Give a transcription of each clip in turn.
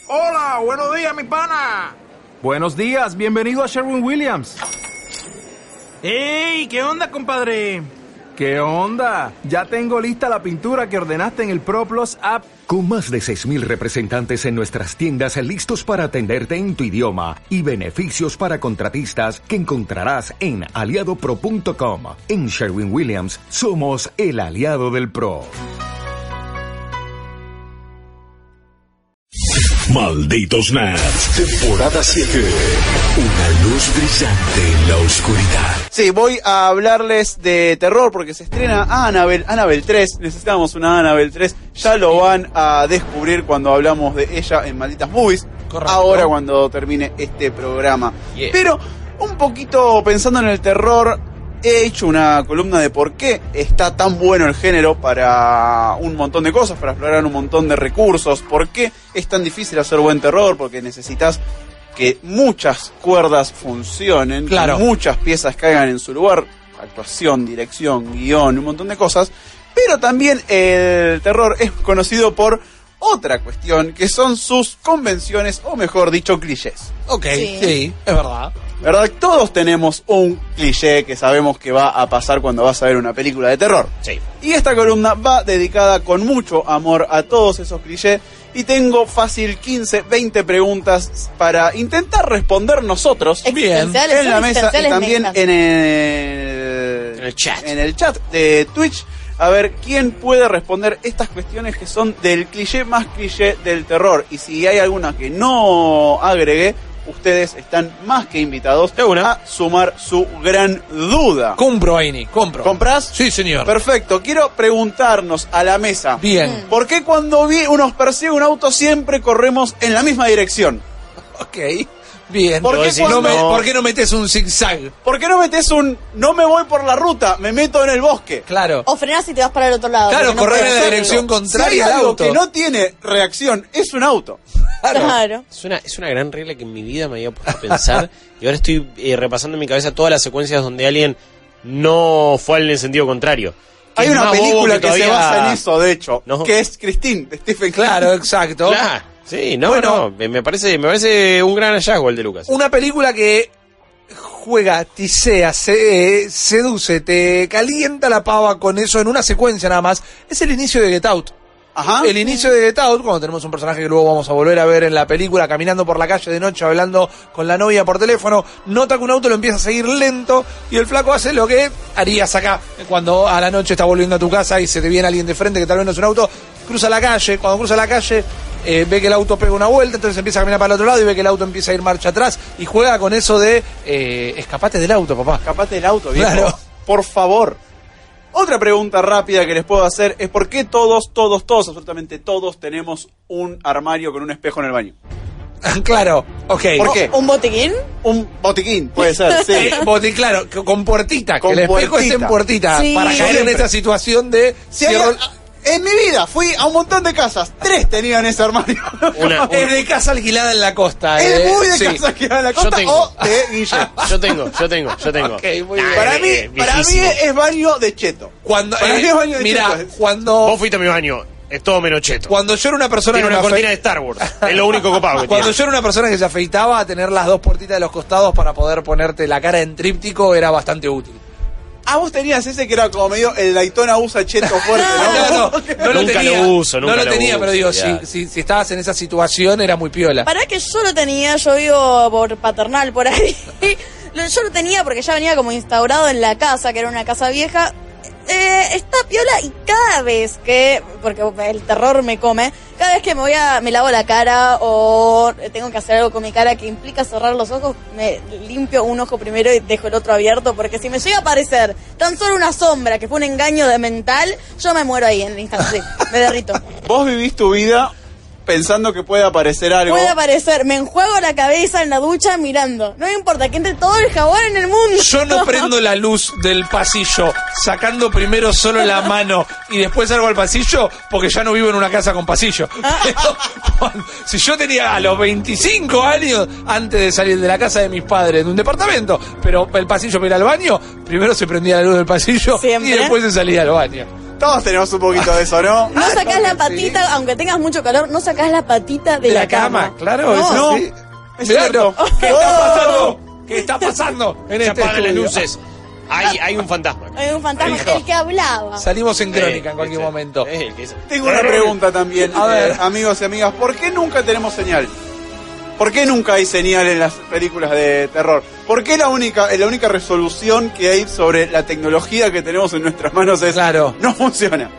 Hola, buenos días, mi pana. Buenos días, bienvenido a Sherwin-Williams. ¡Ey! ¿Qué onda, compadre? ¿Qué onda? Ya tengo lista la pintura que ordenaste en el ProPlus app. Con más de 6,000 representantes en nuestras tiendas listos para atenderte en tu idioma y beneficios para contratistas que encontrarás en aliadopro.com. En Sherwin-Williams somos el aliado del pro. Malditos Nerds, temporada 7. Una luz brillante en la oscuridad. Sí, voy a hablarles de terror porque se estrena Annabelle 3. Necesitamos una Annabelle 3. Ya lo van a descubrir cuando hablamos de ella en Malditas Movies. Correcto. Ahora cuando termine este programa. Yeah. Pero un poquito pensando en el terror, he hecho una columna de por qué está tan bueno el género para un montón de cosas, para explorar un montón de recursos, por qué es tan difícil hacer buen terror, porque necesitas que muchas cuerdas funcionen, claro, que muchas piezas caigan en su lugar, actuación, dirección, guión, un montón de cosas, pero también el terror es conocido por otra cuestión, que son sus convenciones, o mejor dicho, clichés. Ok, sí, es verdad. ¿Verdad? Todos tenemos un cliché que sabemos que va a pasar cuando vas a ver una película de terror. Sí. Y esta columna va dedicada con mucho amor a todos esos clichés. Y tengo fácil 15, 20 preguntas para intentar responder nosotros Bien. en la mesa y también en el chat. En el chat de Twitch. A ver quién puede responder estas cuestiones que son del cliché más cliché del terror. Y si hay alguna que no agregué, ustedes están más que invitados a sumar su gran duda. Compro, Aini, compro. ¿Comprás? Sí, señor. Perfecto. Quiero preguntarnos a la mesa. Bien. ¿Por qué cuando nos persigue un auto siempre corremos en la misma dirección? Ok. Bien. ¿Por qué ¿Por qué no metes un zigzag? ¿Por qué no metes no me voy por la ruta, me meto en el bosque? Claro. O frenás y te vas para el otro lado. Claro, no correr en la puedes dirección hacerlo. contraria Si hay al algo auto. que no tiene reacción, es un auto. Claro. Es una gran regla que en mi vida me había puesto a pensar y ahora estoy repasando en mi cabeza todas las secuencias donde alguien no fue en el sentido contrario. Hay Es una más bobo película que todavía... se basa en eso, de hecho, ¿No? que es Christine, de Stephen King. Claro, exacto. Claro, sí, no, Bueno. no, me parece un gran hallazgo el de Lucas. Una película que juega, tisea, seduce, te calienta la pava con eso en una secuencia nada más, es el inicio de Get Out. Ajá. El inicio de Get Out, cuando tenemos un personaje que luego vamos a volver a ver en la película, caminando por la calle de noche, hablando con la novia por teléfono, nota que un auto lo empieza a seguir lento y el flaco hace lo que harías acá, cuando a la noche está volviendo a tu casa y se te viene alguien de frente que tal vez no es un auto, cruza la calle, cuando cruza la calle ve que el auto pega una vuelta, entonces empieza a caminar para el otro lado y ve que el auto empieza a ir marcha atrás y juega con eso de escapate del auto, papá. Escapate del auto, viejo. Claro. Por favor. Otra pregunta rápida que les puedo hacer es ¿por qué todos, absolutamente todos tenemos un armario con un espejo en el baño? Claro, ok. ¿Por qué? ¿Un botiquín? Un botiquín, puede ser, sí. Claro, con puertita, Con que el espejo puertita. esté en puertita, Sí. para caer en Siempre. esa situación de... Si hay- en mi vida fui a un montón de casas, 3 tenían ese armario. Es de casa alquilada en la costa. Es muy de sí. casa que va en la costa tengo. o de Guille. Yo tengo. Ok, muy bien. Para mí viejísimo. es baño de cheto. Cuando, Para mí es baño de mira, cheto. cuando Vos fuiste a mi baño, es todo menos cheto. yo era una persona Tiene que una me cortina de Star Wars, es lo único copado que cuando tiene. yo era una persona que se afeitaba, tener las dos puertitas de los costados para poder ponerte la cara en tríptico era bastante útil. Ah, vos tenías ese que era como medio el Daytona usa cheto fuerte, ¿no? No lo Nunca tenía, lo uso, nunca no lo lo tenía, uso, pero digo, ya. si estabas en esa situación era muy piola. Para que yo lo tenía, yo vivo por Paternal por ahí. Yo lo tenía porque ya venía como instaurado en la casa, que era una casa vieja. Está piola y cada vez que, porque el terror me come, cada vez que me lavo la cara o tengo que hacer algo con mi cara que implica cerrar los ojos, me limpio un ojo primero y dejo el otro abierto, porque si me llega a aparecer tan solo una sombra que fue un engaño de mental, yo me muero ahí en el instante, sí, me derrito. Vos vivís tu vida pensando que puede aparecer algo. Puede aparecer, me enjuago la cabeza en la ducha mirando, no me importa que entre todo el jabón en el mundo. Yo no prendo la luz del pasillo sacando primero solo la mano y después salgo al pasillo porque ya no vivo en una casa con pasillo. Si yo tenía a los 25 años, antes de salir de la casa de mis padres, de un departamento, pero el pasillo para ir al baño, primero se prendía la luz del pasillo Siempre. y después se salía al baño. Todos tenemos un poquito de eso, ¿no? No sacás la patita, aunque tengas mucho calor, no sacás la patita de la cama. Claro, No. eso No, sí. es Mirá, cierto. ¿Qué está pasando? ¿Qué está pasando en Se este apagan las estudio? luces. Hay un fantasma. Hay un fantasma, Hijo. el que hablaba. Salimos en crónica en cualquier momento. El que dice, Tengo una pregunta también, A ver. amigos y amigas. ¿Por qué nunca tenemos señal? ¿Por qué nunca hay señal en las películas de terror? ¿Por qué la única resolución que hay sobre la tecnología que tenemos en nuestras manos es Claro. no funciona?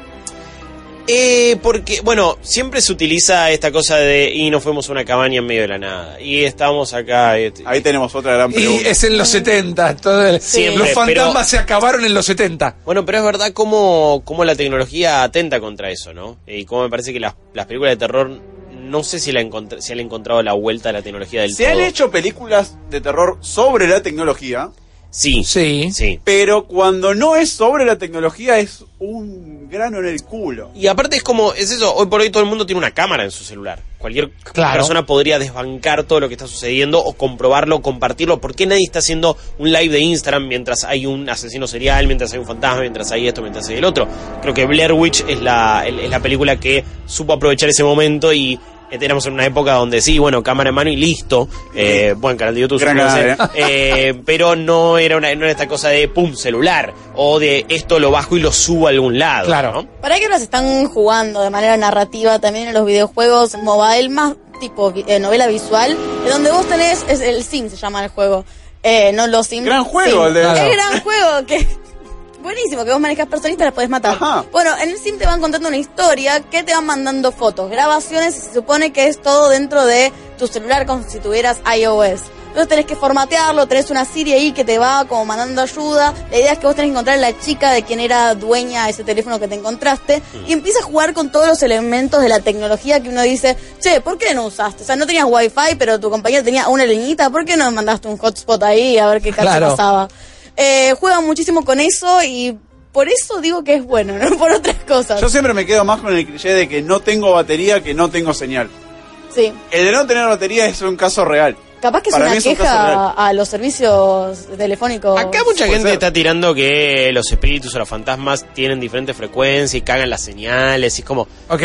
Porque, bueno, siempre se utiliza esta cosa de y nos fuimos a una cabaña en medio de la nada. Y estamos acá. Ahí tenemos otra gran Y pregunta. es en los 70. Entonces, Siempre, los fantasmas pero- se acabaron en los 70. Bueno, pero es verdad cómo la tecnología atenta contra eso, ¿no? Y cómo me parece que las películas de terror, no sé si si han encontrado la vuelta a la tecnología del Se todo. han hecho películas de terror sobre la tecnología, Sí, Sí. sí. pero cuando no es sobre la tecnología es un grano en el culo. Y aparte es eso, hoy por hoy todo el mundo tiene una cámara en su celular. Cualquier Claro. persona podría desbancar todo lo que está sucediendo o comprobarlo, compartirlo. ¿Por qué nadie está haciendo un live de Instagram mientras hay un asesino serial, mientras hay un fantasma, mientras hay esto, mientras hay el otro? Creo que Blair Witch es la película que supo aprovechar ese momento y éramos en una época donde sí, bueno, cámara en mano y listo. Buen canal de YouTube, Gran supongo canal, ser. Pero no era esta cosa de pum, celular. O de esto lo bajo y lo subo a algún lado. Claro. ¿no? ¿Para qué ahora se están jugando de manera narrativa también en los videojuegos mobile, más tipo novela visual, en donde vos tenés, es el Sim se llama el juego, no los Sims. Gran juego, Sim. el de- Claro. Es gran juego, que buenísimo, que vos manejas personitas y las podés matar. Ajá. Bueno, en el Sim te van contando una historia que te van mandando fotos, grabaciones, y se supone que es todo dentro de tu celular como si tuvieras iOS. Entonces tenés que formatearlo, tenés una Siri ahí que te va como mandando ayuda. La idea es que vos tenés que encontrar a la chica de quien era dueña de ese teléfono que te encontraste y empieza a jugar con todos los elementos de la tecnología que uno dice, che, ¿por qué no usaste? O sea, no tenías wifi, pero tu compañero tenía una leñita, ¿por qué no mandaste un hotspot ahí a ver qué cacho Claro. pasaba? Juegan muchísimo con eso y por eso digo que es bueno, no por otras cosas. Yo siempre me quedo más con el cliché de que no tengo batería, que no tengo señal. Sí. El de no tener batería es un caso real. Capaz que es Para mí una es un caso queja real. a los servicios telefónicos. Acá mucha Puede gente ser. está tirando que los espíritus o los fantasmas tienen diferentes frecuencias y cagan las señales y es como... Ok.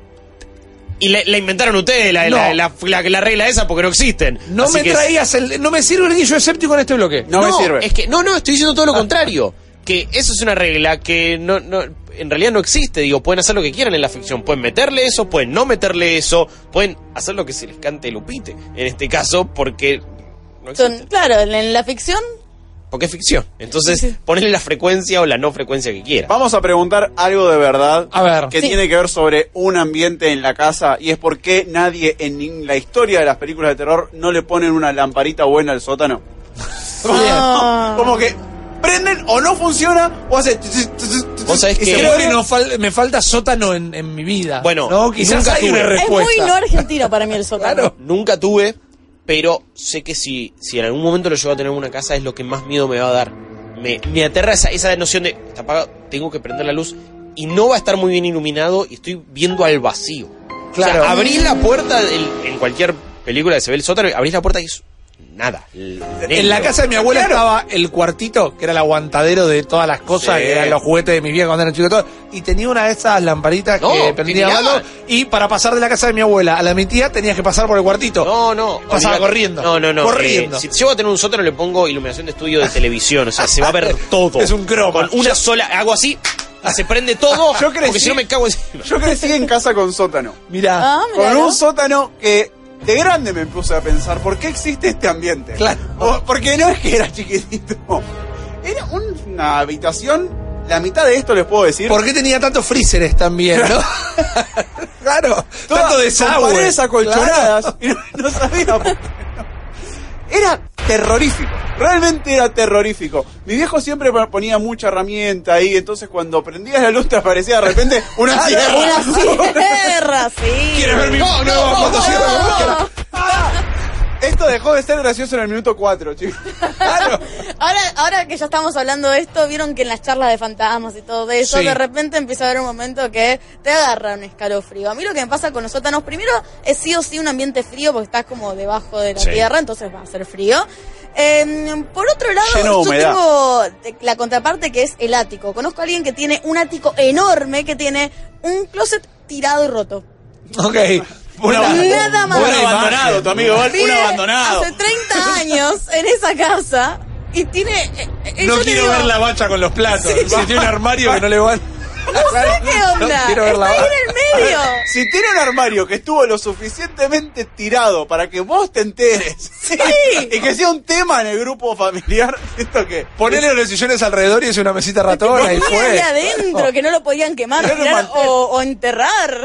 Y la inventaron ustedes, No. la regla esa, porque no existen. No Así me que traías no me sirve el guillo escéptico en este bloque. No me sirve. Es que, no, estoy diciendo todo lo contrario. Que eso es una regla que no, en realidad no existe. Digo, pueden hacer lo que quieran en la ficción. Pueden meterle eso, pueden no meterle eso, pueden hacer lo que se les cante el upite. En este caso, porque no existe. Claro, en la ficción. Porque es ficción. Entonces, ponele la frecuencia o la no frecuencia que quiera. Vamos a preguntar algo de verdad A ver. que Sí. tiene que ver sobre un ambiente en la casa y es por qué nadie en la historia de las películas de terror no le ponen una lamparita buena al sótano. Ah. Como que prenden o no funciona o hace... Vos sabés y que- se Creo mueve. que me falta sótano en mi vida. Bueno, ¿no? Quizás nunca hay tuve. una Es muy respuesta. no argentino para mí el sótano. Claro. Nunca tuve, pero sé que si en algún momento lo llevo a tener en una casa es lo que más miedo me va a dar. Me aterra esa noción de, está apagado, tengo que prender la luz y no va a estar muy bien iluminado y estoy viendo al vacío. Claro. O sea, abrís la puerta en cualquier película que se ve el sótano, abrís la puerta y es nada. En la casa de mi abuela estaba el cuartito, que era el aguantadero de todas las cosas, Sí. que eran los juguetes de mi vieja cuando era chico y todo, y tenía una de esas lamparitas No, que prendía genial. mano, y para pasar de la casa de mi abuela a la de mi tía tenías que pasar por el cuartito. No. Pasaba olvidate. corriendo. No. Corriendo. Si llego a tener un sótano le pongo iluminación de estudio de televisión, o sea, se va a ver todo. Es un croma. Con una sola, hago así, y se prende todo, Yo crecí- porque si no me cago encima. Yo crecí en casa con sótano. Mirá. Ah, Con mirá, un ¿no? sótano que de grande me puse a pensar, ¿por qué existe este ambiente? Claro. Porque no es que era chiquitito. Era una habitación, la mitad de esto les puedo decir. ¿Por qué tenía tantos freezers también, no? Claro. Todas Tanto con desagüe. paredes acolchonadas. Claro. Y no sabía por qué no. Era terrorífico. Realmente era terrorífico. Mi viejo siempre ponía mucha herramienta ahí, entonces cuando prendías la luz te aparecía de repente una sierra. Una sierra, sí. ¿Quieres ver mi nueva motosierra? Es Esto dejó de ser gracioso en el minuto 4, chicos. Claro. Ahora que ya estamos hablando de esto, vieron que en las charlas de fantasmas y todo eso, Sí. de repente empieza a haber un momento que te agarra un escalofrío. A mí lo que me pasa con los sótanos, primero es sí o sí un ambiente frío porque estás como debajo de la Sí. tierra, entonces va a ser frío. Por otro lado, Lleno de yo humedad. tengo la contraparte que es el ático. Conozco a alguien que tiene un ático enorme, que tiene un closet tirado y roto. Ok. Nada más. Un Buena abandonado, imagen. tu amigo Val, un Vive abandonado. hace 30 años en esa casa y tiene... No yo te quiero digo, ver la bacha con los platos. Sí. Si tiene un armario que no le van. No sé qué onda. No quiero ver la Está ahí bacha. en el medio. Si tiene un armario que estuvo lo suficientemente tirado para que vos te enteres y que sea un tema en el grupo familiar, siento que... Ponele los sillones alrededor y es una mesita ratona y Ponía fue. ahí adentro, que no lo podían quemar, Era un tirar mantel. o enterrar.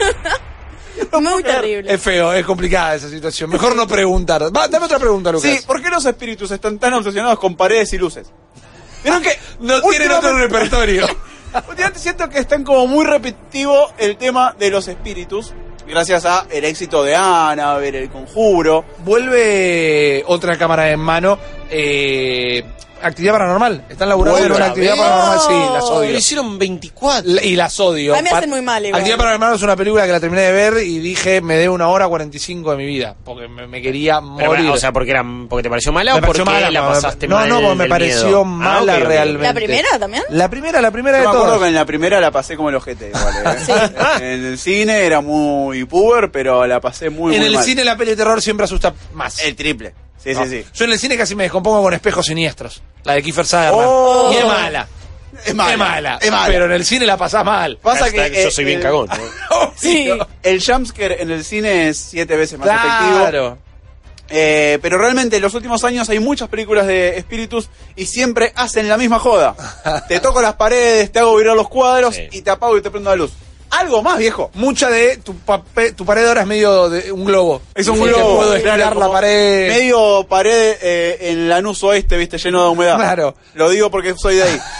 Muy terrible. Es feo, es complicada esa situación. Mejor no preguntar. Dame otra pregunta, Lucas. Sí, ¿por qué los espíritus están tan obsesionados con paredes y luces? ¿Vieron que No tienen otro últimamente- repertorio. Últimamente siento que están como muy repetitivo el tema de los espíritus, gracias a el éxito de Annabelle, El Conjuro. Vuelve otra cámara en mano. Actividad Paranormal. Están laburando en Vuelve una otra actividad vez. paranormal, sí, las No. Lo odio. hicieron 24. Y las odio. A mí me hacen muy mal igual. Actividad Paranormal es una película que la terminé de ver y dije, me dé 1 hora 45 de mi vida. Porque me quería Pero, morir. o sea, porque te pareció mala Me o porque pareció mala, la no, pasaste no, mal. no, porque me del pareció miedo? mala Ok, ok. realmente. ¿La primera también? La primera Yo de me acuerdo todas. que en la primera la pasé como el ojete, igual, Sí. En el cine era muy puber, pero la pasé muy, En muy el mal. cine la peli de terror siempre asusta más. El triple. Sí, No. sí, sí. Yo en el cine casi me descompongo con Espejos Siniestros. La de Kiefer Sutherland. Oh. Y es mala. Es mala. Es mala. Es mala. Pero en el cine la pasás mal. Pasa Hashtag que yo soy bien cagón. ¿no? Sí. el jumpscare en el cine es 7 veces más efectivo. Claro. Pero realmente en los últimos años hay muchas películas de espíritus y siempre hacen la misma joda. Te toco las paredes, te hago virar los cuadros Sí. y te apago y te prendo la luz. Algo más, viejo. Mucha de tu pared ahora es medio de un globo. Es un Sí, que globo. puedo estirar claro, la como pared. Medio pared en Lanús Oeste, viste, lleno de humedad. Claro. Lo digo porque soy de ahí.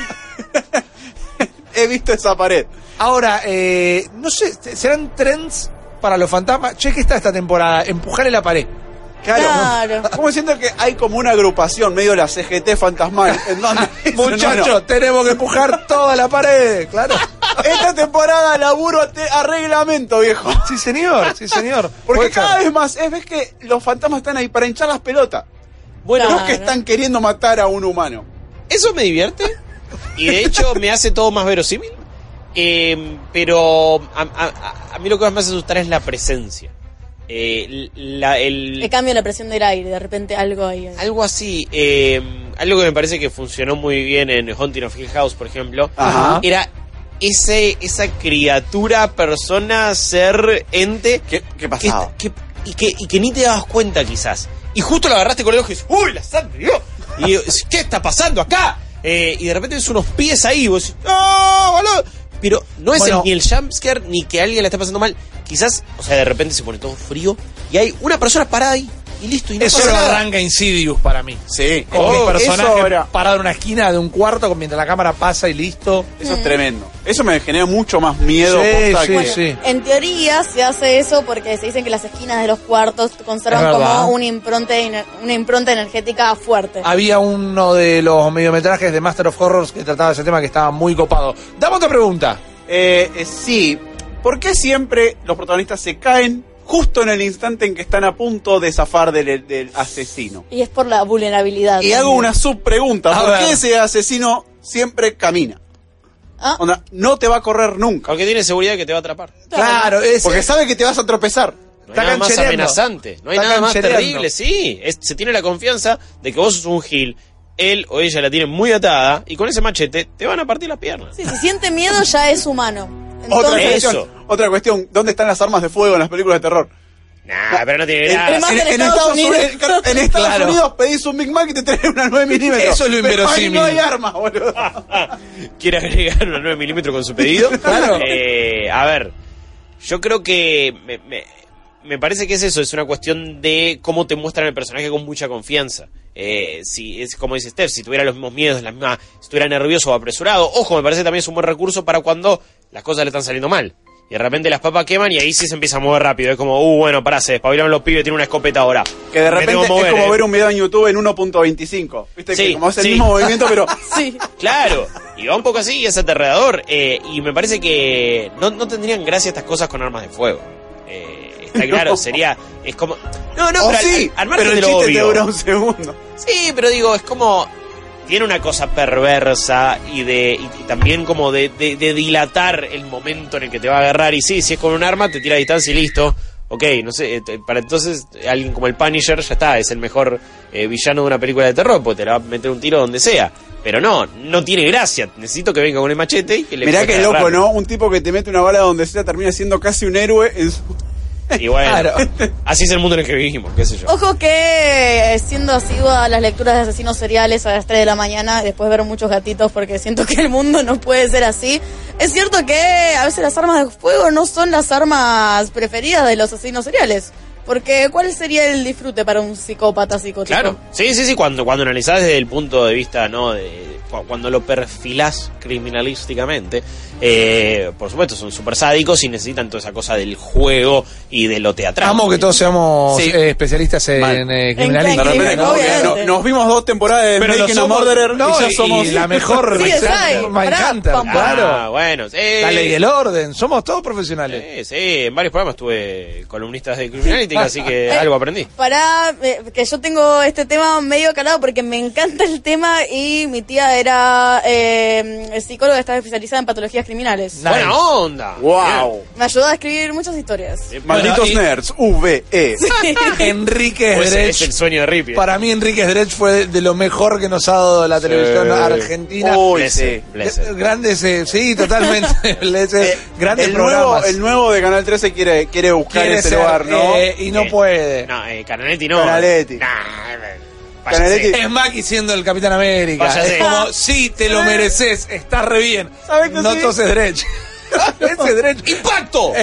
He visto esa pared. Ahora, no sé, ¿serán trends para los fantasmas? Che, ¿qué está esta temporada? Empujarle la pared. Claro. Como siento que hay como una agrupación, medio la CGT fantasmal. En donde dicen, Muchachos, "No, no, tenemos que empujar toda la pared. Claro. esta temporada laburo a reglamento, viejo. Sí, señor, sí, señor. Porque Puede cada ser. vez más, ves que los fantasmas están ahí para hinchar las pelotas. Bueno, No Claro. es que están queriendo matar a un humano. eso me divierte y de hecho me hace todo más verosímil. Pero a mí lo que más me hace asustar es la presencia. El cambio de la presión del aire, de repente algo ahí. Algo así, algo que me parece que funcionó muy bien en Haunting of Hill House, por ejemplo, Ajá. era esa criatura, persona, ser, ente ¿Qué pasaba? y que ni te dabas cuenta quizás. Y justo lo agarraste con el ojo y dices, ¡uy, la sangre! Dios! Y yo, ¿qué está pasando acá? Y de repente ves unos pies ahí y vos decís, ¡oh, boludo! Pero no es Bueno. ni el jumpscare ni que a alguien la está pasando mal. Quizás, o sea, de repente se pone todo frío y hay una persona parada ahí y listo. Y no Eso pasa lo nada. arranca Insidious para mí. Sí. Con mi eso personaje era- parado en una esquina de un cuarto mientras la cámara pasa y listo. Eso es tremendo. Eso me genera mucho más miedo. Sí, posta, sí, que- sí. En teoría se hace eso porque se dicen que las esquinas de los cuartos conservan Es verdad. como una impronta energética fuerte. Había uno de los mediometrajes de Master of Horrors que trataba ese tema que estaba muy copado. Dame otra pregunta. Sí. ¿Por qué siempre los protagonistas se caen justo en el instante en que están a punto de zafar del asesino? Y es por la vulnerabilidad. Y hago una subpregunta. A ¿Por ver. qué ese asesino siempre camina? Ah, Onda, no te va a correr nunca. Porque tiene seguridad que te va a atrapar. Claro, es. Porque sabe que te vas a tropezar. No hay Está nada más canchereando. amenazante, no hay Está nada más canchereando. terrible, sí. Se tiene la confianza de que vos sos un gil, él o ella la tienen muy atada y con ese machete te van a partir las piernas. sí, si siente miedo ya es humano. Otra Entonces, Eso. cuestión. ¿Dónde están las armas de fuego en las películas de terror? Nah, pero no tiene En, gracia. Más en Estados Unidos. en Estados Claro. Unidos pedís un Big Mac y te traen una 9 milímetros. Eso es lo Pero ahí inverosímil. no hay armas, boludo. ¿Quiere agregar una 9 milímetros con su pedido? Claro. A ver, yo creo que me parece que es eso, es una cuestión de cómo te muestran el personaje con mucha confianza. Si es como dice Steph, si tuviera los mismos miedos, si estuviera nervioso o apresurado. Ojo, me parece también es un buen recurso para cuando las cosas le están saliendo mal. y de repente las papas queman y ahí sí se empieza a mover rápido. Es como, bueno, pará, se despabilaron los pibes, tiene una escopeta ahora. Que de Me repente tengo que mover, es como ver un video en YouTube en 1.25. ¿Viste? Sí, Que como es el sí. mismo movimiento, pero Sí. Claro, y va un poco así y es aterrador. Y me parece que no tendrían gracia estas cosas con armas de fuego. Está claro, No. sería... Es como... No, oh, pero sí, al margen pero el de lo chiste te obvio. dura un segundo. Sí, pero digo, es como... Tiene una cosa perversa y también como de dilatar el momento en el que te va a agarrar. Y sí, si es con un arma, te tira a distancia y listo. Ok, no sé, para entonces alguien como el Punisher ya está, es el mejor villano de una película de terror, porque te la va a meter un tiro donde sea. Pero no tiene gracia. Necesito que venga con el machete y que le Mirá cueste que loco, agarrar. ¿no? Un tipo que te mete una bala donde sea termina siendo casi un héroe en su... Y bueno, Claro. así es el mundo en el que vivimos, qué sé yo. Ojo que siendo asidua a las lecturas de asesinos seriales a las 3 de la mañana y después ver muchos gatitos porque siento que el mundo no puede ser así. Es cierto que a veces las armas de fuego no son las armas preferidas de los asesinos seriales. Porque ¿cuál sería el disfrute para un psicópata psicótico? Claro, sí, cuando analizás desde el punto de vista, ¿no? Cuando lo perfilás criminalísticamente, por supuesto son súper sádicos y necesitan toda esa cosa del juego y de lo teatral. Amo que todos seamos Sí. especialistas Mal. en criminalística. De repente, crimen, ¿no? obviamente. Nos vimos 2 temporadas de Pero Making lo a somos, Murderer no, y ya somos... y la mejor Sí, exacto. Mindhunter, Pam, pam. claro. Ah, bueno, sí. La ley y el orden, somos todos profesionales. Sí, en varios programas tuve columnistas de criminalística, así que algo aprendí. Para que yo tengo este tema medio calado porque me encanta el tema y mi tía era psicóloga, estaba especializada en patologías criminales. Nice. Buena onda. ¡Wow! Me ayudó a escribir muchas historias. Malditos Bueno, y- nerds, VE. Enrique Pues Dredge. es el sueño de Rippy. Para mí Enrique Dredge fue de lo mejor que nos ha dado la televisión argentina. Uy, sí. Grandes, sí, totalmente. Grandes El programas. nuevo de Canal 13 quiere buscar Quiere ese ser, lugar, ¿no? y no puede. No, Cananetti no. Canaletti. Váyase. Canaletti. Es Mackie siendo el Capitán América. Váyase. Es como, sí, te lo mereces, está re bien. ¿Sabes que No sí? toses Dredge. Ese Dredge. ¡Impacto!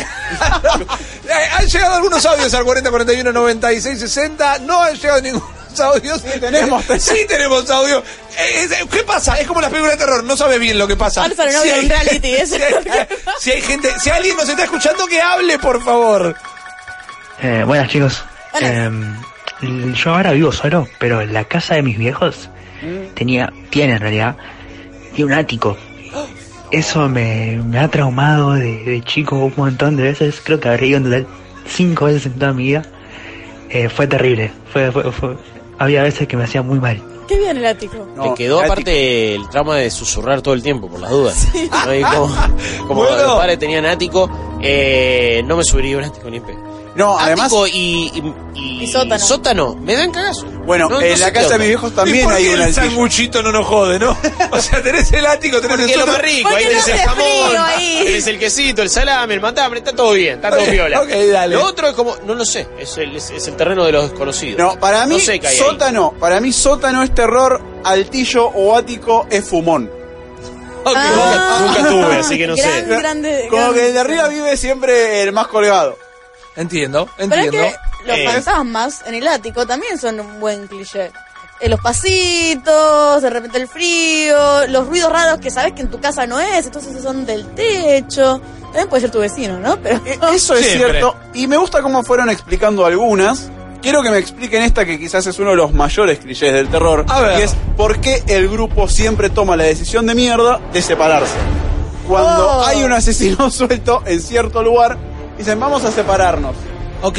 Han llegado algunos audios al 40 41 96 60. No han llegado ningunos audios. Sí tenemos audio. ¿Qué pasa? Es como las películas de terror. No sabe bien lo que pasa. Alfa, el novio de un reality, eso. Si hay gente, si alguien nos está escuchando, que hable, por favor. Buenas chicos. Buenas. Yo ahora vivo solo, pero en la casa de mis viejos tiene en realidad un ático. Eso me ha traumado de chico un montón de veces. Creo que habré ido en total 5 veces en toda mi vida. Fue terrible. Había veces que me hacía muy mal. Qué bien el ático. Te quedó el aparte el trauma de susurrar todo el tiempo, por las dudas. ¿No? Y como Bueno. los padres tenían ático, no me subiría un ático ni en pedo. No, además, Ático y sótano. sótano, me dan cagazo. bueno, No en sé la qué casa de onda. mis viejos ¿Y también por hay qué un el altillo. sanguchito no nos jode, no? O sea, tenés el ático, tenés Porque el es lo más sótano. rico, Porque ahí tenés no el hace jamón, frío ahí. tenés el quesito, el salame, el matambre, está todo bien, está todo piola. Ok, dale. Lo otro es como, no lo sé, es el terreno de los desconocidos. No, para mí, no sé qué hay ahí. sótano es terror, altillo o ático es fumón. Ok. Nunca tuve, así que no sé. Grande, Como que el de grande. arriba vive siempre el más colgado. Entiendo. Pero es que los Eh. fantasmas en el ático también son un buen cliché. Los pasitos, de repente el frío, los ruidos raros que sabes que en tu casa no es, entonces son del techo. También puede ser tu vecino, ¿no? Pero Eso es Siempre. cierto. Y me gusta cómo fueron explicando algunas. Quiero que me expliquen esta que quizás es uno de los mayores clichés del terror. A ver. Y es por qué el grupo siempre toma la decisión de mierda de separarse. Cuando Oh. hay un asesino suelto en cierto lugar, dicen vamos a separarnos. Ok.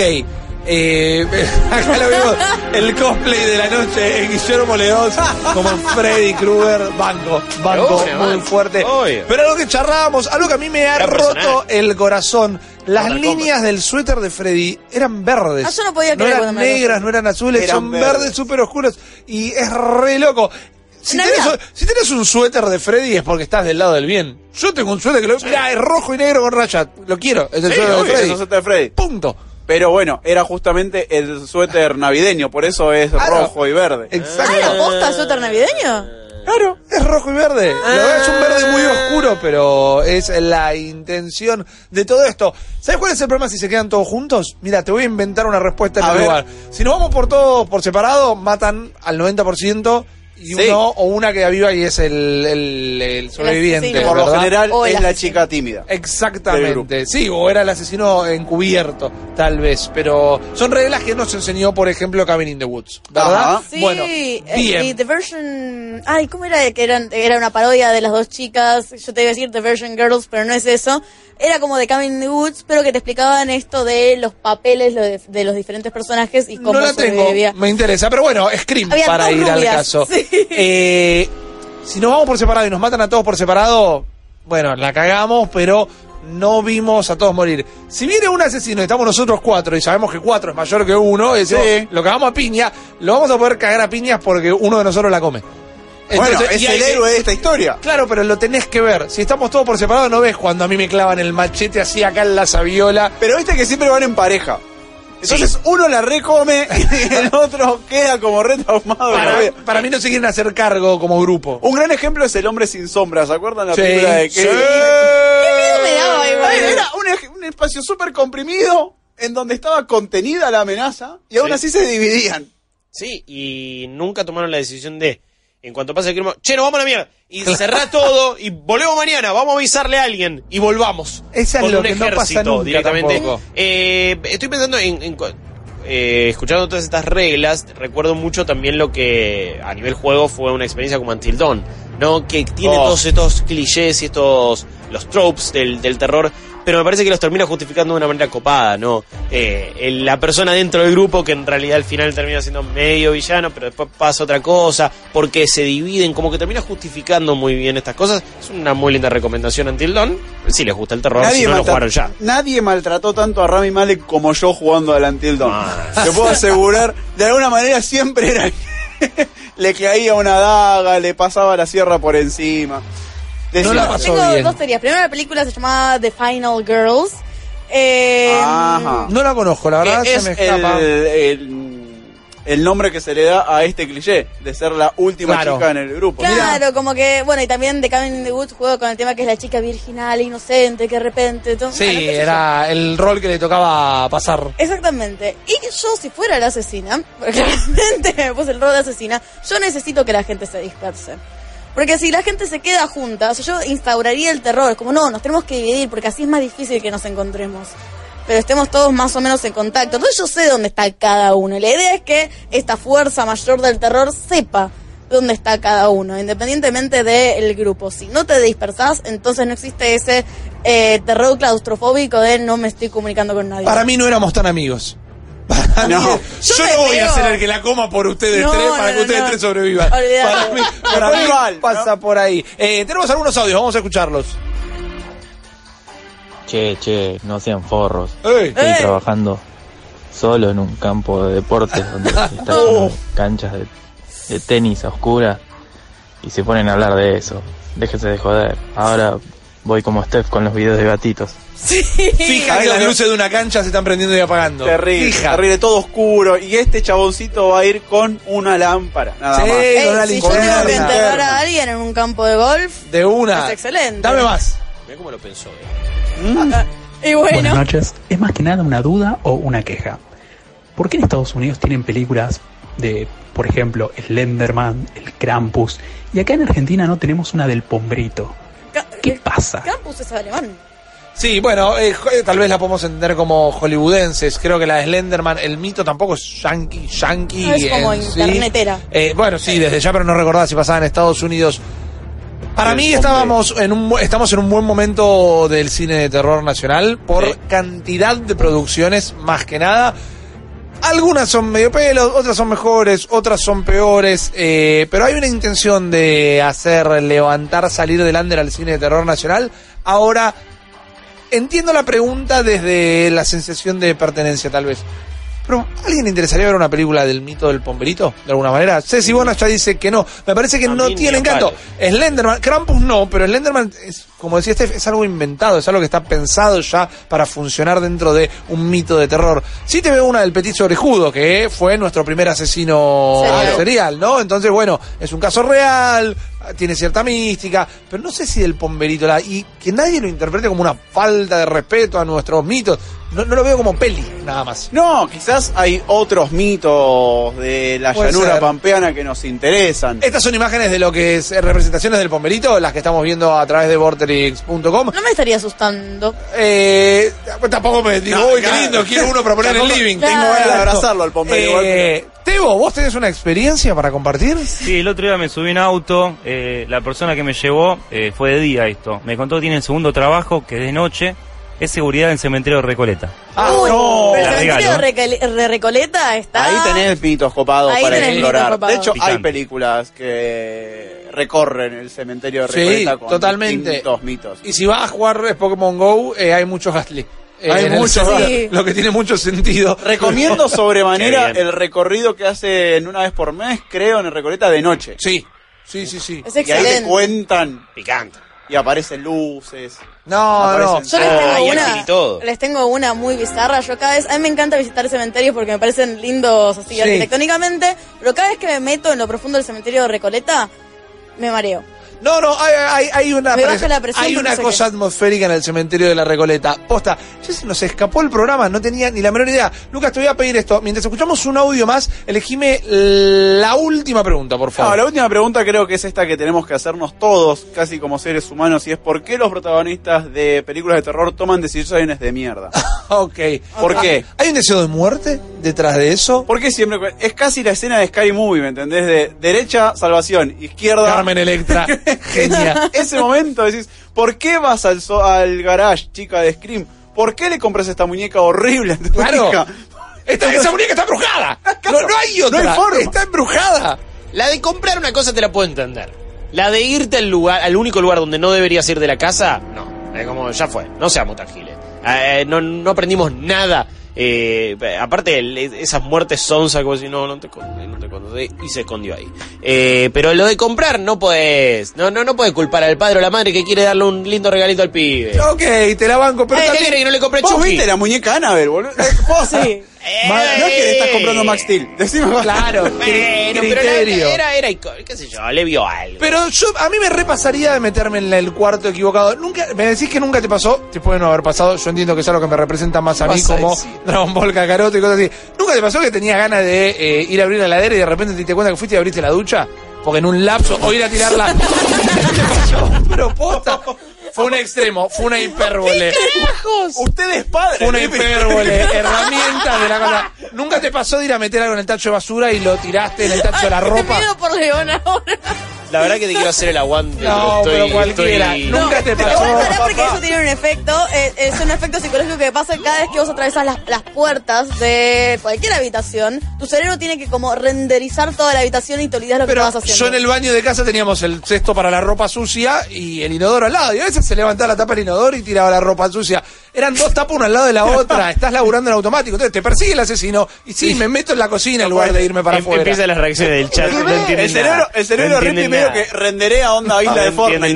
Acá lo vemos. El cosplay de la noche en Guillermo León como Freddy Krueger. Banco Obvio, muy banco. fuerte. Obvio. Pero algo que charlábamos, algo que a mí me ha Gran roto personaje. el corazón. Las Mortal líneas del suéter de Freddy eran verdes. Ah, yo no podía No creer eran cuando me lo negras, no eran azules, Eran son verdes. verdes súper oscuros. Y es re loco. Si No, tenés, no. si tenés un suéter de Freddy es porque estás del lado del bien. Yo tengo un suéter que mirá, es rojo y negro con rayas. Lo quiero. Es el Sí, suéter de obvio, Freddy. eso es de Freddy. Punto. Pero bueno, era justamente el suéter navideño, por eso es Claro. rojo y verde. Exacto. ¿Ah, la posta suéter navideño? Claro, es rojo y verde. La verdad es un verde muy oscuro, pero es la intención de todo esto. ¿Sabes cuál es el problema si se quedan todos juntos? Mira, te voy a inventar una respuesta en A el ver. lugar. Si nos vamos por todos por separado, matan al 90% y uno o una queda viva y es el sobreviviente. asesino. Por lo ¿verdad? general O el es la asesino. chica tímida. del Exactamente, grupo. sí, o era el asesino encubierto, tal vez, pero son reglas que nos enseñó, por ejemplo, Cabin in the Woods, ¿verdad? Ajá. Sí, Bueno, y bien. The Version... Ay, ¿cómo era? Que era una parodia de las dos chicas. Yo te iba a decir The Version Girls, pero no es eso. Era como de Cabin in the Woods, pero que te explicaban esto de los papeles de los diferentes personajes y cómo No la tengo, sobrevivía. me interesa, pero bueno, Scream Había para dos ir al rubias, caso. sí. Si nos vamos por separado y nos matan a todos por separado, bueno, la cagamos, pero no vimos a todos morir. Si viene un asesino y estamos nosotros 4 y sabemos que 4 es mayor que 1, eso, Sí. lo cagamos a piña, lo vamos a poder cagar a piñas porque uno de nosotros la come. Bueno, Entonces, es y hay el que- héroe de esta historia. Claro, pero lo tenés que ver. Si estamos todos por separado, no ves cuando a mí me clavan el machete así acá en la sabiola. Pero viste que siempre van en pareja. Entonces uno la recome y el otro queda como re traumado. Para mí no se quieren hacer cargo como grupo. Un gran ejemplo es El hombre sin sombra. ¿Se acuerdan la Sí. película de Sí. que me daba igual. Era un espacio súper comprimido en donde estaba contenida la amenaza y aún Sí. así se dividían. Sí, y nunca tomaron la decisión de, en cuanto pase el crimen, che, nos vamos a la mierda. Y cerrá todo y volvemos mañana, vamos a avisarle a alguien y volvamos. Esa es con lo un que no pasa ejército nunca directamente. tampoco. Estoy pensando escuchando todas estas reglas, recuerdo mucho también lo que a nivel juego fue una experiencia como Until Dawn, ¿no? Que tiene todos estos clichés y los tropes del terror, pero me parece que los termina justificando de una manera copada, ¿no? La persona dentro del grupo que en realidad al final termina siendo medio villano, pero después pasa otra cosa, porque se dividen, como que termina justificando muy bien estas cosas. Es una muy linda recomendación Until Dawn, si les gusta el terror, si no lo jugaron ya. Nadie maltrató tanto a Rami Malek como yo jugando al Until Dawn. Te puedo asegurar, de alguna manera siempre era le caía una daga, le pasaba la sierra por encima. No la pasó Tengo bien. dos teorías. Primero, la película se llamaba The Final Girls. Ajá. No la conozco, la verdad Que se me escapa. el nombre que se le da a este cliché de ser la última Claro. chica en el grupo. Claro, como que, bueno, y también The Cabin in the Woods juega con el tema que es la chica virginal, inocente, que de repente... Sí, bueno, qué sé yo. era el rol que le tocaba pasar. Exactamente. Y yo, si fuera la asesina, porque claramente me puse el rol de asesina, yo necesito que la gente se disperse. Porque si la gente se queda junta, o sea, yo instauraría el terror. Como no, nos tenemos que dividir porque así es más difícil que nos encontremos. Pero estemos todos más o menos en contacto. Entonces yo sé dónde está cada uno. La idea es que esta fuerza mayor del terror sepa dónde está cada uno, independientemente del grupo. Si no te dispersás, entonces no existe ese terror claustrofóbico de no me estoy comunicando con nadie. Para mí no éramos tan amigos. Para mí, No. yo me no voy a pego. ser el que la coma por ustedes No, tres no, para que no, ustedes no. tres sobrevivan. Olvidate. Para mí Mal, ¿no? pasa por ahí. Tenemos algunos audios, vamos a escucharlos. Che, no sean forros. ¡Ey! Estoy trabajando solo en un campo de deportes donde está lleno de canchas de tenis a oscuras y se ponen a hablar de eso. Déjense de joder. Ahora voy como Steph con los videos de gatitos. Sí. Fija que las luces de una cancha se están prendiendo y apagando. Terrible, Fija. terrible, todo oscuro. Y este chaboncito va a ir con una lámpara, nada Sí. más. Ey, con una si yo tengo que linterna. enterrar a alguien en un campo de golf, De una. es excelente. Dame más. Mirá cómo lo pensó. Y Buenas bueno, noches. Es más que nada una duda o una queja. ¿Por qué en Estados Unidos tienen películas de, por ejemplo, Slenderman, el Krampus, y acá en Argentina no tenemos una del Pombrito? ¿Qué pasa? Campus es alemán. Sí, bueno, tal vez la podemos entender como hollywoodenses. Creo que la de Slenderman, el mito tampoco es yankee. No, es como en sí. internetera. Bueno, sí, desde ya, pero no recordaba si pasaba en Estados Unidos. Para mí estamos en un buen momento del cine de terror nacional por Sí. cantidad de producciones, más que nada. Algunas son medio pelos, otras son mejores, otras son peores, pero hay una intención de hacer levantar, salir del under al cine de terror nacional. Ahora, entiendo la pregunta desde la sensación de pertenencia, tal vez. Pero, ¿a alguien le interesaría ver una película del mito del Pomberito? De alguna manera. Ceci Bonas ya dice que no. Me parece que A no mí tiene ni a encanto. palo. Slenderman, Krampus no, pero Slenderman es como decía Steph, es algo inventado, es algo que está pensado ya para funcionar dentro de un mito de terror. Sí te veo una del Petiso Orejudo, que fue nuestro primer asesino serial, ¿no? Entonces, bueno, es un caso real, tiene cierta mística, pero no sé si del Pomberito, y que nadie lo interprete como una falta de respeto a nuestros mitos. No lo veo como peli, nada más. No, quizás hay otros mitos de la Puede llanura ser. pampeana que nos interesan. Estas son imágenes de lo que es representaciones del Pomberito, las que estamos viendo a través de Vorterix.com. No me estaría asustando. Tampoco me digo, uy, qué lindo, quiero uno para poner en el living. Tengo ganas de abrazarlo al Pomberito. igual, pero- Tebo, ¿vos tenés una experiencia para compartir? Sí, el otro día me subí en auto, la persona que me llevó fue de día esto. Me contó que tiene el segundo trabajo, que es de noche, es seguridad en el cementerio de Recoleta. Uy, no. pero el La cementerio regalo. de Recoleta está... Ahí tenés mitos copados Ahí para tenés explorar. mitos copados. De hecho, hay Picante. películas que recorren el cementerio de Sí, Recoleta con totalmente. distintos mitos. Y si vas a jugar Pokémon GO, hay muchos Gastly. Hay en el muchos sentido- Gastly. Lo que tiene mucho sentido. Recomiendo sobremanera Qué bien. el recorrido que hacen una vez por mes, creo, en el Recoleta de noche. Sí. Es Y ahí te excelente. cuentan Picante. y aparecen luces. No. Aparecen Yo les tengo Hay una, ángel y todo. les tengo una muy bizarra. Yo cada vez, a mí me encanta visitar cementerios porque me parecen lindos así Sí. arquitectónicamente, pero cada vez que me meto en lo profundo del cementerio de Recoleta, me mareo. No, hay una, Me baja la presión hay por una no sé cosa qué. atmosférica en el cementerio de la Recoleta. Posta, ya se nos escapó el programa, no tenía ni la menor idea. Lucas, te voy a pedir esto. Mientras escuchamos un audio más, elegime la última pregunta, por No, favor. la última pregunta creo que es esta que tenemos que hacernos todos, casi como seres humanos, y es ¿por qué los protagonistas de películas de terror toman decisiones de mierda? Ok. ¿Por qué? ¿Hay un deseo de muerte detrás de eso? Porque siempre es casi la escena de Scary Movie, ¿me entendés? De derecha, salvación, izquierda. Carmen Electra. Genial. Ese momento decís, ¿por qué vas al garage, chica de Scream? ¿Por qué le compras esta muñeca horrible a tu Claro. hija? Esa muñeca está embrujada. Claro, No hay otra. no hay forma. Está embrujada. La de comprar una cosa te la puedo entender. La de irte al lugar, al único lugar donde no deberías ir de la casa, no. Es como, ya fue. No seamos tan giles. No aprendimos nada. Aparte, esas muertes sonsa, como si no te conocí, y se escondió ahí. Pero lo de comprar no podés. No podés culpar al padre o la madre que quiere darle un lindo regalito al pibe. Ok, te la banco, pero ¿Qué también... quiere que no le compre ¿Vos Chucky? viste la muñeca Annabelle, boludo? ¿Vos? Sí. No es que le estás comprando Max Steel. Decime Claro, Bueno, pero criterio. era qué sé yo, le vio algo. Pero a mí me repasaría de meterme en el cuarto equivocado. Nunca, me decís que nunca te pasó, te puede no haber pasado. Yo entiendo que es algo que me representa más a mí Vas a como decir. Dragon Ball Kakaroto y cosas así. ¿Nunca te pasó que tenías ganas de ir a abrir la heladera y de repente te diste cuenta que fuiste y abriste la ducha? Porque en un lapso, o ir a tirarla. ¿Qué te pasó? Pero posta. Fue un extremo, fue una hipérbole. Usted es padre. Fue una Pipe. hipérbole, herramienta de la cosa. ¿Nunca te pasó de ir a meter algo en el tacho de basura y lo tiraste en el tacho de la Te ropa? pido por León ahora. La verdad que te quiero hacer el aguante. No, pero cualquiera. Nunca te pasó. Igual pará, porque eso tiene un efecto, es un efecto psicológico que pasa cada vez que vos atravesás las puertas de cualquier habitación, tu cerebro tiene que como renderizar toda la habitación y te olvidas lo que Pero estabas haciendo. yo en el baño de casa teníamos el cesto para la ropa sucia y el inodoro al lado. Y a veces se levantaba la tapa del inodoro y tiraba la ropa sucia. Eran dos tapas una al lado de la otra. Estás laburando en automático. Entonces te persigue el asesino. Y sí, me meto en la cocina en lugar de irme para afuera. Empiezan las reacciones del chat. No entienden El cerebro nada. rinde medio que renderea onda isla de Fortnite.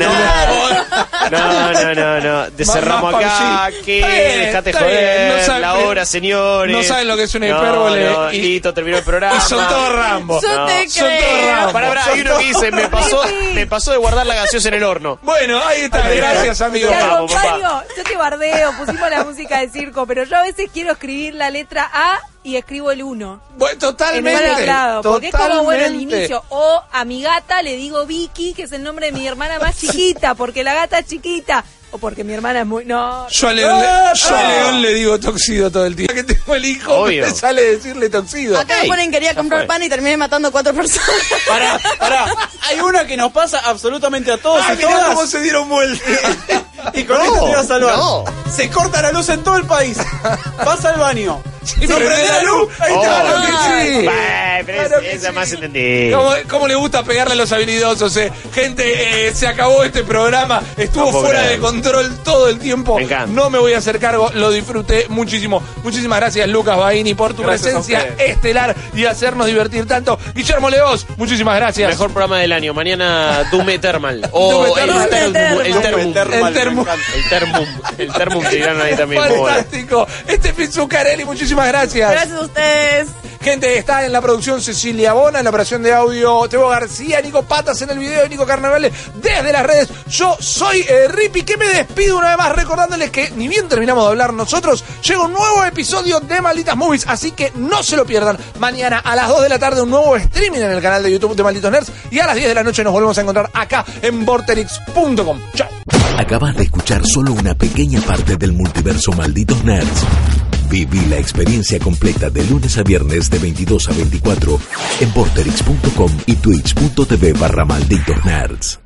No. Cerramos Más acá. PUBG. Que Está bien, dejate está bien, joder. no saben- La hora, señores. no saben lo que es una hipérbole. No, Y- listo, terminó el programa. Y son todos Rambo. Yo te Son todos creo. Rambo. Pará, hay uno que dice, me pasó de guardar la gaseosa en el horno. Bueno, ahí está. Gracias, amigo. Te Vamos, papá. acompaño, yo te bardeo, pusimos la música de circo, pero yo a veces quiero escribir la letra A y escribo el 1. Bueno, En totalmente. un lado, porque es como, bueno, el Totalmente. inicio. O a mi gata le digo Vicky, que es el nombre de mi hermana más chiquita, porque la gata es chiquita. O porque mi hermana es muy... No. Yo a León le digo Toxido todo el tiempo. Que tengo el hijo, Obvio. me sale decirle Toxido. Acá me ponen quería comprar pan y terminé matando 4 personas. Pará. Hay una que nos pasa absolutamente a todos y Mirá todas. cómo se dieron vuelta. Y con esto te voy a salvar. no. Se corta la luz en todo el país. Vas al baño. Sí, no prende la luz. Ahí te va lo que sí. referencia, esa más entendida. ¿Cómo le gusta pegarle a los habilidosos? Gente, se acabó este programa. Estuvo fuera de control todo el tiempo. Me encanta. No me voy a hacer cargo. Lo disfruté muchísimo. Muchísimas gracias, Lucas Baini, por tu presencia estelar y hacernos divertir tanto. Guillermo Leoz, muchísimas gracias. Mejor programa del año. Mañana Doom Eternal. El Termum que dirán ahí también. Fantástico. Estefi Zuccarelli, muchísimas gracias. Gracias a ustedes. Gente, está en la producción Cecilia Bona, en la operación de audio Tebo García, Nico Patas en el video de Nico Carnevale desde las redes. Yo soy Rippy, que me despido una vez más recordándoles que ni bien terminamos de hablar nosotros, llega un nuevo episodio de Malditas Movies, así que no se lo pierdan. Mañana a las 2 de la tarde un nuevo streaming en el canal de YouTube de Malditos Nerds y a las 10 de la noche nos volvemos a encontrar acá en vorterix.com. Chao. Acabas de escuchar solo una pequeña parte del multiverso Malditos Nerds. Viví la experiencia completa de lunes a viernes de 22 a 24 en vorterix.com y twitch.tv/Malditos Nerds.